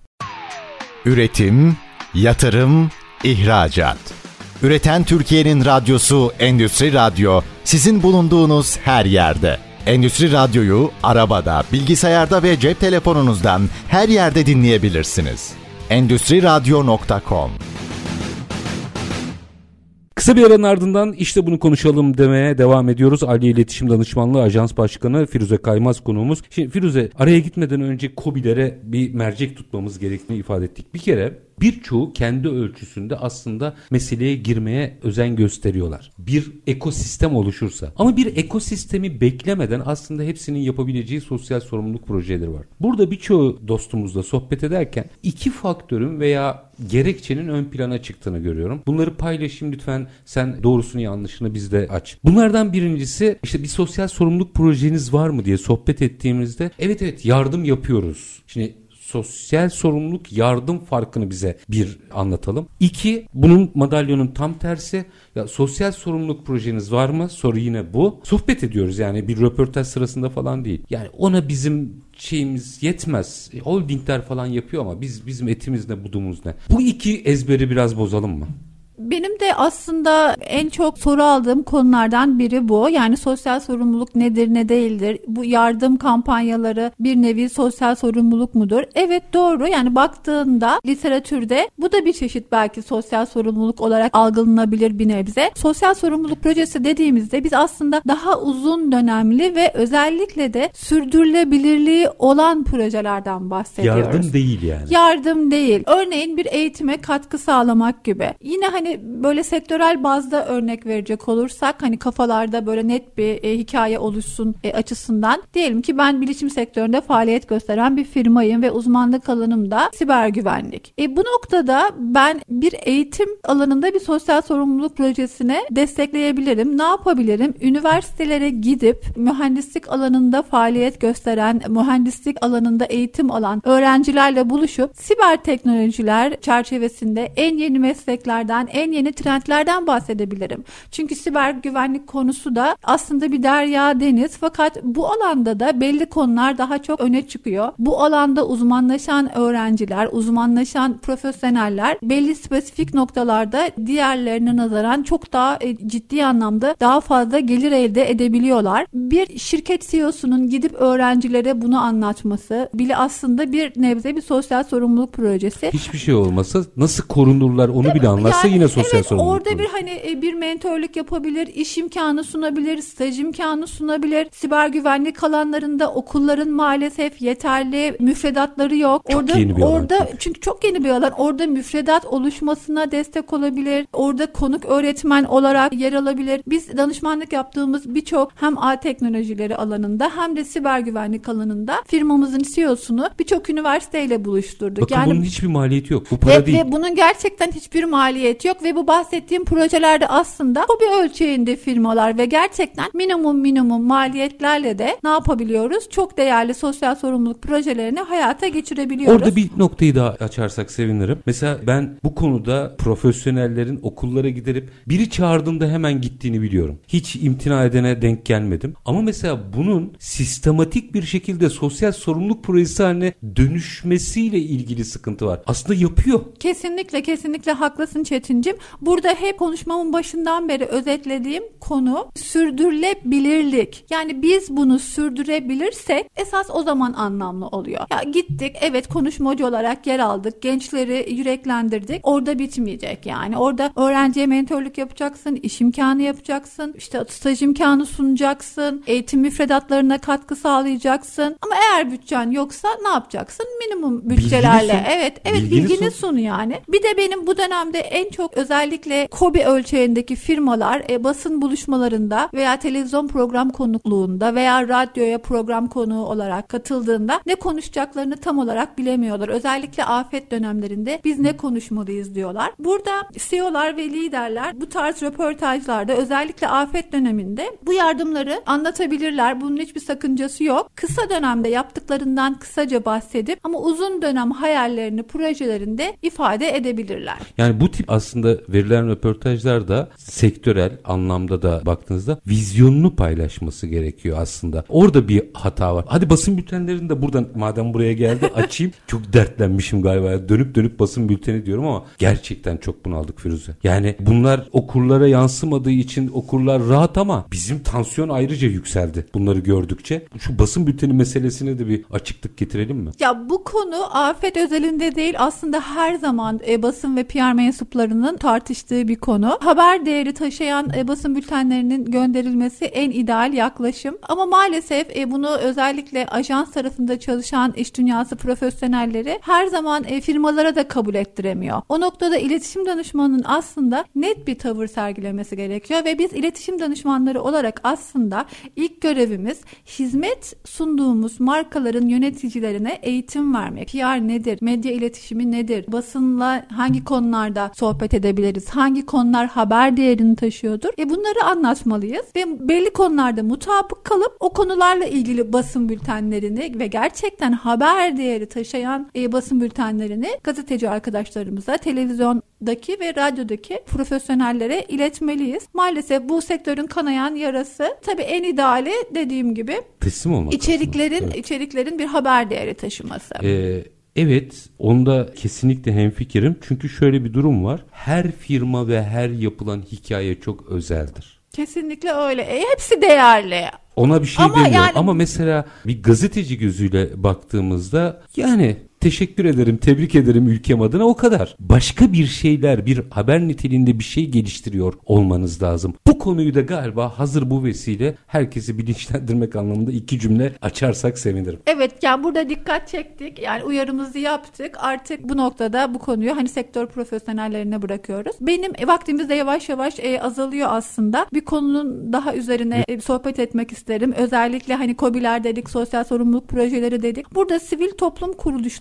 Üretim, yatırım, ihracat. Üreten Türkiye'nin radyosu Endüstri Radyo, sizin bulunduğunuz her yerde. Endüstri Radyo'yu arabada, bilgisayarda ve cep telefonunuzdan her yerde dinleyebilirsiniz. endüstri radyo nokta com. Kısa bir aranın ardından işte bunu konuşalım demeye devam ediyoruz. Alya İletişim Danışmanlığı Ajans Başkanı Firuze Kaymaz konuğumuz. Şimdi Firuze, araya gitmeden önce KOBİ'lere bir mercek tutmamız gerektiğini ifade ettik. Bir kere birçoğu kendi ölçüsünde aslında meseleye girmeye özen gösteriyorlar. Bir ekosistem oluşursa. Ama bir ekosistemi beklemeden aslında hepsinin yapabileceği sosyal sorumluluk projeleri var. Burada birçoğu dostumuzla sohbet ederken iki faktörün veya gerekçenin ön plana çıktığını görüyorum. Bunları paylaşayım lütfen, sen doğrusunu yanlışını bizde aç. Bunlardan birincisi işte bir sosyal sorumluluk projeniz var mı diye sohbet ettiğimizde evet evet yardım yapıyoruz. Şimdi sosyal sorumluluk yardım farkını bize bir anlatalım. İki, bunun madalyonun tam tersi. Ya sosyal sorumluluk projeniz var mı? Soru yine bu. Sohbet ediyoruz yani, bir röportaj sırasında falan değil. Yani ona bizim şeyimiz yetmez. Holdingler falan yapıyor ama biz bizim etimiz ne, budumuz ne? Bu iki ezberi biraz bozalım mı? Benim de aslında en çok soru aldığım konulardan biri bu. Yani sosyal sorumluluk nedir, ne değildir? Bu yardım kampanyaları bir nevi sosyal sorumluluk mudur? Evet, doğru. Yani baktığında literatürde bu da bir çeşit belki sosyal sorumluluk olarak algılanabilir bir nebze. Sosyal sorumluluk projesi dediğimizde biz aslında daha uzun dönemli ve özellikle de sürdürülebilirliği olan projelerden bahsediyoruz. Yardım değil yani. Yardım değil. Örneğin bir eğitime katkı sağlamak gibi. Yine hani böyle sektörel bazda örnek verecek olursak, hani kafalarda böyle net bir e, hikaye oluşsun e, açısından, diyelim ki ben bilişim sektöründe faaliyet gösteren bir firmayım ve uzmanlık alanım da siber güvenlik. E, bu noktada ben bir eğitim alanında bir sosyal sorumluluk projesine destekleyebilirim. Ne yapabilirim? Üniversitelere gidip mühendislik alanında faaliyet gösteren, mühendislik alanında eğitim alan öğrencilerle buluşup siber teknolojiler çerçevesinde en yeni mesleklerden, en yeni trendlerden bahsedebilirim. Çünkü siber güvenlik konusu da aslında bir derya deniz, fakat bu alanda da belli konular daha çok öne çıkıyor. Bu alanda uzmanlaşan öğrenciler, uzmanlaşan profesyoneller belli spesifik noktalarda diğerlerine nazaran çok daha ciddi anlamda daha fazla gelir elde edebiliyorlar. Bir şirket C E O'sunun gidip öğrencilere bunu anlatması bile aslında bir nebze bir sosyal sorumluluk projesi. Hiçbir şey olmasa nasıl korunurlar onu bile anlatsa yani, yine sosyal evet, sorumluluk. Orada bir hani bir mentörlük yapabilir, iş imkanı sunabilir, staj imkanı sunabilir. Siber güvenlik alanlarında okulların maalesef yeterli müfredatları yok. Çok orada yeni bir orada alan. Çünkü çok yeni bir alan. Orada müfredat oluşmasına destek olabilir. Orada konuk öğretmen olarak yer alabilir. Biz danışmanlık yaptığımız birçok hem ağ teknolojileri alanında hem de siber güvenlik alanında firmamızın C E O'sunu birçok üniversiteyle buluşturduk. Bakın yani bunun hiçbir maliyeti yok. Bu para ve, değil. Ve bunun gerçekten hiçbir maliyeti yok ve bu bahsettiğim projelerde aslında hobi ölçeğinde firmalar ve gerçekten minimum minimum maliyetlerle de ne yapabiliyoruz? Çok değerli sosyal sorumluluk projelerini hayata geçirebiliyoruz. Orada bir noktayı daha açarsak sevinirim. Mesela ben bu konuda profesyonellerin okullara giderip biri çağırdığında hemen gittiğini biliyorum. Hiç imtina edene denk gelmedim. Ama mesela bunun sistematik bir şekilde sosyal sorumluluk projesi haline dönüşmesiyle ilgili sıkıntı var. Aslında yapıyor. Kesinlikle kesinlikle haklısın Çetincim. Burada hep konuşmamın başından beri özetlediğim konu sürdürülebilirlik. Yani biz bunu sürdürebilirsek esas o zaman anlamlı oluyor. Ya gittik, evet, konuşmacı olarak yer aldık. Gençleri yüreklendirdik. Orada bitmeyecek yani. Orada öğrenciye mentörlük yapacaksın, iş imkanı yapacaksın, işte staj imkanı sunacaksın, eğitim müfredatlarına katkı sağlayacaksın. Ama eğer bütçen yoksa ne yapacaksın? Minimum bütçelerle. Bilgini sun. Evet, evet Bilgini, bilgini sun. sun yani. Bir de benim bu dönemde en çok özellikle KOBİ ölçeğindeki firmalar e, basın buluşmalarında veya televizyon program konukluğunda veya radyoya program konuğu olarak katıldığında ne konuşacaklarını tam olarak bilemiyorlar. Özellikle afet dönemlerinde biz ne konuşmalıyız diyorlar. Burada C E O'lar ve liderler bu tarz röportajlarda özellikle afet döneminde bu yardımları anlatabilirler. Bunun hiçbir sakıncası yok. Kısa dönemde yaptıklarından kısaca bahsedip ama uzun dönem hayallerini projelerinde ifade edebilirler. Yani bu tip aslında verilen röportajlarda sektörel anlamda da baktığınızda vizyonunu paylaşması gerekiyor aslında. Orada bir hata var. Hadi basın bültenlerini de buradan madem buraya geldi açayım. Çok dertlenmişim galiba. Dönüp dönüp basın bülteni diyorum ama gerçekten çok bunaldık Firuze. Yani bunlar okurlara yansımadığı için okurlar rahat ama bizim tansiyon ayrıca yükseldi bunları gördükçe. Şu basın bülteni meselesine de bir açıklık getirelim mi? Ya bu konu afet özelinde değil, aslında her zaman e, basın ve P R mensuplarının tartıştığı bir konu. Haber değeri taşıyan e, basın bültenlerinin gönderilmesi en ideal yaklaşım. Ama maalesef e, bunu özellikle ajans tarafında çalışan iş dünyası profesyonelleri her zaman e, firmalara da kabul ettiremiyor. O noktada iletişim danışmanının aslında net bir tavır sergilemesi gerekiyor ve biz iletişim danışmanları olarak aslında ilk görevimiz hizmet sunduğumuz markaların yöneticilerine eğitim vermek. P R nedir? Medya iletişimi nedir? Basınla hangi konularda sohbet edebiliriz? Hangi konular haber değerini taşıyordur? E bunları anlatmalıyız ve belli konularda mutabık kalıp o konularla ilgili basın bültenlerini ve gerçekten haber değeri taşıyan e, basın bültenlerini gazeteci arkadaşlarımıza, televizyondaki ve radyodaki profesyonellere iletmeliyiz. Maalesef bu sektörün kanayan yarası. Tabii en ideali dediğim gibi teslim olmak. İçeriklerin evet. içeriklerin bir haber değeri taşıması. Ee, evet, onda kesinlikle hemfikirim. Çünkü şöyle bir durum var. Her firma ve her yapılan hikaye çok özeldir. Kesinlikle öyle. E, hepsi değerli. Ona bir şey ama demiyorum. Yani... Ama mesela bir gazeteci gözüyle baktığımızda yani teşekkür ederim, tebrik ederim ülkem adına, o kadar. Başka bir şeyler, bir haber niteliğinde bir şey geliştiriyor olmanız lazım. Bu konuyu da galiba hazır bu vesile herkesi bilinçlendirmek anlamında iki cümle açarsak sevinirim. Evet, yani burada dikkat çektik. Yani uyarımızı yaptık. Artık bu noktada bu konuyu hani sektör profesyonellerine bırakıyoruz. Benim e, vaktimiz de yavaş yavaş e, azalıyor aslında. Bir konunun daha üzerine e, sohbet etmek isterim. Özellikle hani KOBİ'ler dedik, sosyal sorumluluk projeleri dedik. Burada sivil toplum kuruluşları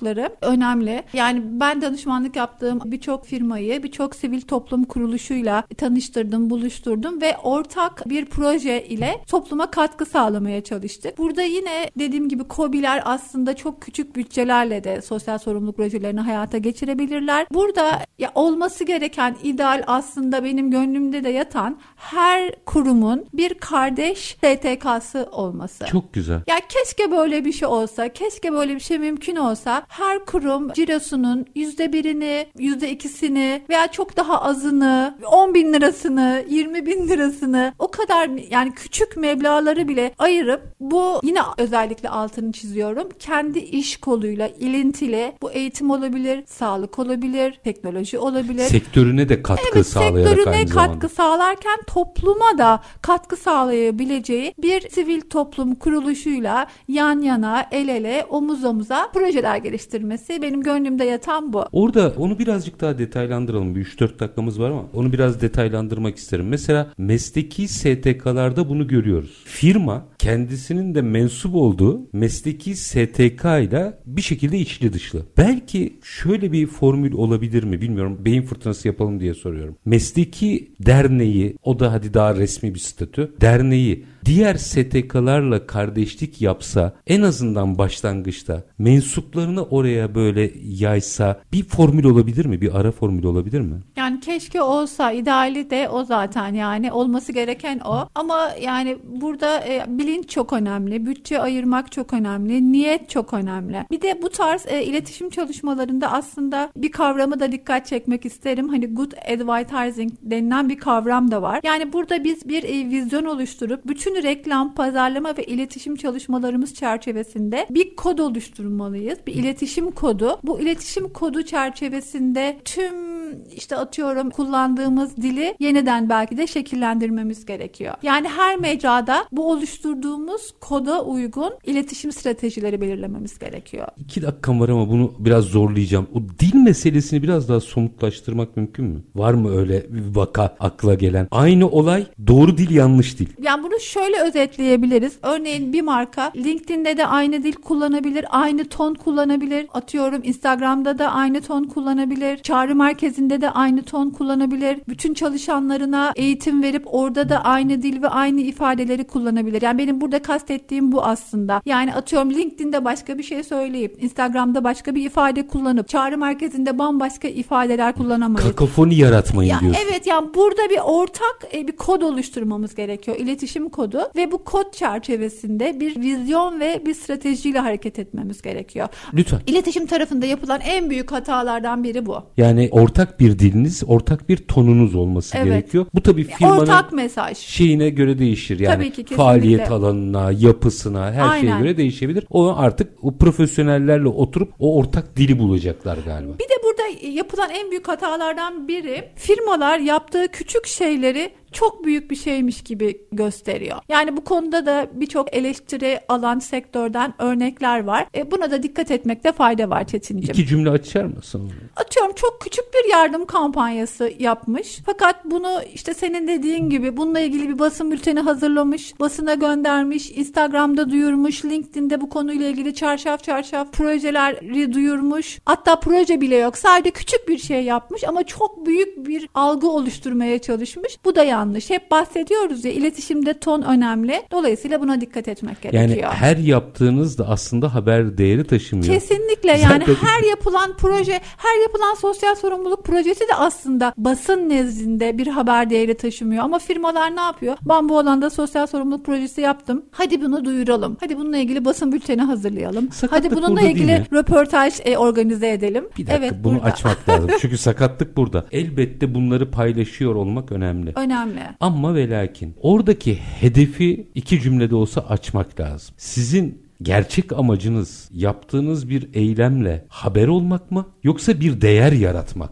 ortaklıkları önemli. Yani ben danışmanlık yaptığım birçok firmayı, birçok sivil toplum kuruluşuyla tanıştırdım, buluşturdum ve ortak bir proje ile topluma katkı sağlamaya çalıştık. Burada yine dediğim gibi KOBİ'ler aslında çok küçük bütçelerle de sosyal sorumluluk projelerini hayata geçirebilirler. Burada ya olması gereken ideal aslında benim gönlümde de yatan her kurumun bir kardeş S T K'sı olması. Çok güzel. Ya keşke böyle bir şey olsa, keşke böyle bir şey mümkün olsa. Her kurum cirosunun yüzde birini, yüzde ikisini veya çok daha azını, on bin lirasını, yirmi bin lirasını o kadar yani küçük meblağları bile ayırıp bu yine özellikle altını çiziyorum. Kendi iş koluyla ilintili bu eğitim olabilir, sağlık olabilir, teknoloji olabilir. Sektörüne de katkı evet, sağlayarak sektörüne aynı katkı zamanda. sağlarken topluma da katkı sağlayabileceği bir sivil toplum kuruluşuyla yan yana, el ele, omuz omuza projeler geliştirmesi benim gönlümde yatan bu. Orada onu birazcık daha detaylandıralım. Bir üç dört dakikamız var ama onu biraz detaylandırmak isterim. Mesela mesleki S T K'larda bunu görüyoruz. Firma kendisinin de mensup olduğu mesleki S T K ile bir şekilde içli dışlı. Belki şöyle bir formül olabilir mi bilmiyorum. Beyin fırtınası yapalım diye soruyorum. Mesleki derneği, o da hadi daha resmi bir statü, derneği diğer S T K'larla kardeşlik yapsa, en azından başlangıçta mensuplarını oraya böyle yaysa bir formül olabilir mi? Bir ara formül olabilir mi? Yani keşke olsa, ideali de o zaten, yani olması gereken o. Ama yani burada e, bilinç çok önemli, bütçe ayırmak çok önemli, niyet çok önemli. Bir de bu tarz e, iletişim çalışmalarında aslında bir kavramı da dikkat çekmek isterim. Hani good advertising denilen bir kavram da var. Yani burada biz bir e, vizyon oluşturup bütün reklam, pazarlama ve iletişim çalışmalarımız çerçevesinde bir kod oluşturmalıyız. Bir iletişim kodu. Bu iletişim kodu çerçevesinde tüm işte atıyorum kullandığımız dili yeniden belki de şekillendirmemiz gerekiyor. Yani her mecrada bu oluşturduğumuz koda uygun iletişim stratejileri belirlememiz gerekiyor. İki dakikam var ama bunu biraz zorlayacağım. O dil meselesini biraz daha somutlaştırmak mümkün mü? Var mı öyle bir vaka akla gelen? Aynı olay, doğru dil, yanlış dil. Yani bunu şöyle özetleyebiliriz. Örneğin bir marka LinkedIn'de de aynı dil kullanabilir, aynı ton kullanabilir. Atıyorum Instagram'da da aynı ton kullanabilir. Çağrı merkezinde de aynı ton kullanabilir. Bütün çalışanlarına eğitim verip orada da aynı dil ve aynı ifadeleri kullanabilir. Yani benim burada kastettiğim bu aslında. Yani atıyorum LinkedIn'de başka bir şey söyleyip Instagram'da başka bir ifade kullanıp çağrı merkezinde bambaşka ifadeler kullanamayız. Kakofoni yaratmayın ya, diyorsun. Evet, yani burada bir ortak e, bir kod oluşturmamız gerekiyor. İletişim kodu ve bu kod çerçevesinde bir vizyon ve bir stratejiyle hareket etmemiz gerekiyor. Lütfen. İletişim tarafında yapılan en büyük hatalardan biri bu. Yani ortak bir diliniz, ortak bir tonunuz olması Evet. gerekiyor. Bu tabii firmanın Ortak mesaj. şeyine göre değişir. Yani Tabii ki, kesinlikle. faaliyet alanına, yapısına, her Aynen. şeye göre değişebilir. O artık o profesyonellerle oturup o ortak dili bulacaklar galiba. Bir de burada yapılan en büyük hatalardan biri, firmalar yaptığı küçük şeyleri çok büyük bir şeymiş gibi gösteriyor. Yani bu konuda da birçok eleştiri alan sektörden örnekler var. E buna da dikkat etmekte fayda var Çetin'cim. İki cümle açar mısın? Atıyorum çok küçük bir yardım kampanyası yapmış. Fakat bunu işte senin dediğin gibi bununla ilgili bir basın bülteni hazırlamış, basına göndermiş, Instagram'da duyurmuş, LinkedIn'de bu konuyla ilgili çarşaf çarşaf projeleri duyurmuş. Hatta proje bile yok. Sadece küçük bir şey yapmış ama çok büyük bir algı oluşturmaya çalışmış. Bu da yanlış. Hep bahsediyoruz ya, iletişimde ton önemli. Dolayısıyla buna dikkat etmek gerekiyor. Yani her yaptığınız da aslında haber değeri taşımıyor. Kesinlikle, yani Zaten... her yapılan proje, her yapılan sosyal sorumluluk projesi de aslında basın nezdinde bir haber değeri taşımıyor. Ama firmalar ne yapıyor? Ben bu alanda sosyal sorumluluk projesi yaptım. Hadi bunu duyuralım. Hadi bununla ilgili basın bülteni hazırlayalım. Sakatlık Hadi bununla ilgili röportaj e, organize edelim. Bir dakika, evet, bunu burada. açmak lazım. Çünkü sakatlık burada. Elbette bunları paylaşıyor olmak önemli. Önemli. Ama ve lakin oradaki hedefi iki cümlede olsa açmak lazım. Sizin gerçek amacınız yaptığınız bir eylemle haber olmak mı, yoksa bir değer yaratmak mı?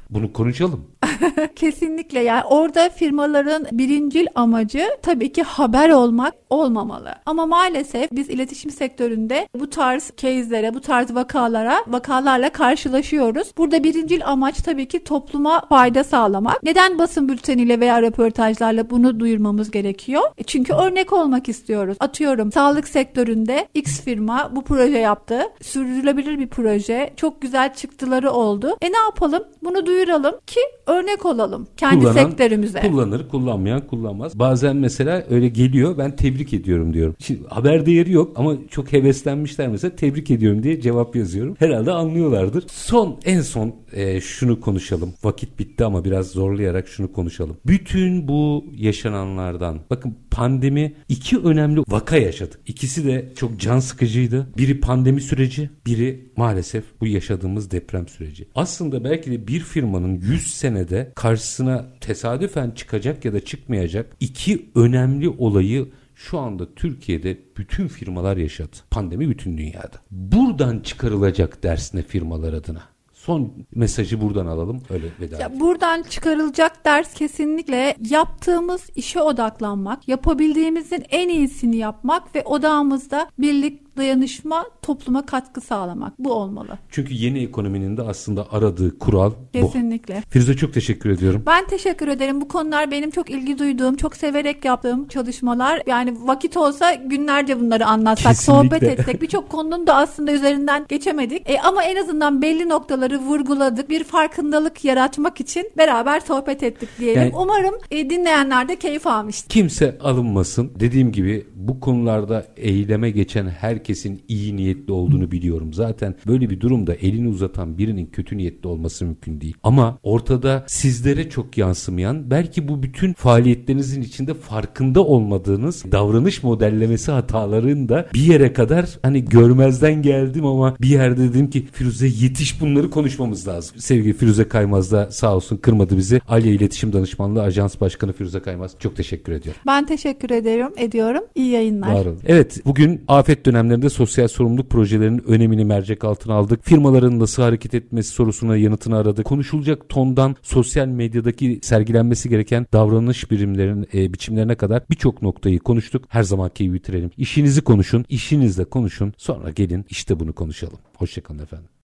Bunu konuşalım. Kesinlikle, yani orada firmaların birincil amacı tabii ki haber olmak olmamalı. Ama maalesef biz iletişim sektöründe bu tarz case'lere, bu tarz vakalara, vakalarla karşılaşıyoruz. Burada birincil amaç tabii ki topluma fayda sağlamak. Neden basın bülteniyle veya röportajlarla bunu duyurmamız gerekiyor? Çünkü örnek olmak istiyoruz. Atıyorum, sağlık sektöründe X firma bu proje yaptı. Sürdürülebilir bir proje. Çok güzel çıktıları oldu. E ne yapalım? Bunu duyuralım ki örnek olalım kendi Kullanan, sektörümüze. Kullanır, kullanmayan kullanmaz. Bazen mesela öyle geliyor, ben tebrik ediyorum diyorum. Şimdi haber değeri yok ama çok heveslenmişler mesela, tebrik ediyorum diye cevap yazıyorum. Herhalde anlıyorlardır. Son, en son e, şunu konuşalım. Vakit bitti ama biraz zorlayarak şunu konuşalım. Bütün bu yaşananlardan, bakın pandemi, iki önemli vaka yaşadık. İkisi de çok can sıkıcıydı. Biri pandemi süreci, biri maalesef bu yaşadığımız deprem süreci. Aslında belki de bir firmanın yüz senede karşısına tesadüfen çıkacak ya da çıkmayacak iki önemli olayı şu anda Türkiye'de bütün firmalar yaşadı. Pandemi bütün dünyada. Buradan çıkarılacak ders ne firmalar adına? Son mesajı buradan alalım, öyle veda edelim. Ya buradan çıkarılacak ders kesinlikle yaptığımız işe odaklanmak, yapabildiğimizin en iyisini yapmak ve odağımızda birlik, dayanışma, topluma katkı sağlamak. Bu olmalı. Çünkü yeni ekonominin de aslında aradığı kural kesinlikle bu. Firuze, çok teşekkür ediyorum. Ben teşekkür ederim. Bu konular benim çok ilgi duyduğum, çok severek yaptığım çalışmalar. Yani vakit olsa günlerce bunları anlatsak, kesinlikle sohbet etsek. Birçok konunun da aslında üzerinden geçemedik. E, ama en azından belli noktaları vurguladık. Bir farkındalık yaratmak için beraber sohbet ettik diyelim. Yani, umarım e, dinleyenler de keyif almıştır. Kimse alınmasın. Dediğim gibi bu konularda eyleme geçen herkesin iyi niyetli olduğunu biliyorum. Zaten böyle bir durumda elini uzatan birinin kötü niyetli olması mümkün değil. Ama ortada sizlere çok yansımayan, belki bu bütün faaliyetlerinizin içinde farkında olmadığınız davranış modellemesi hatalarını da bir yere kadar hani görmezden geldim ama bir yerde dedim ki Firuze yetiş, bunları konuşmamız lazım. Sevgili Firuze Kaymaz da sağ olsun kırmadı bizi. Alya İletişim Danışmanlığı Ajans Başkanı Firuze Kaymaz, çok teşekkür ediyorum. Ben teşekkür ediyorum, ediyorum. İyi yayınlar. Var olun. Evet, bugün afet dönemlerinde sosyal sorumluluk projelerinin önemini mercek altına aldık. Firmaların nasıl hareket etmesi sorusuna yanıtını aradık. Konuşulacak tondan sosyal medyadaki sergilenmesi gereken davranış birimlerin e, biçimlerine kadar birçok noktayı konuştuk. Her zamanki bitirelim. İşinizi konuşun, işinizle konuşun. Sonra gelin işte bunu konuşalım. Hoşçakalın efendim.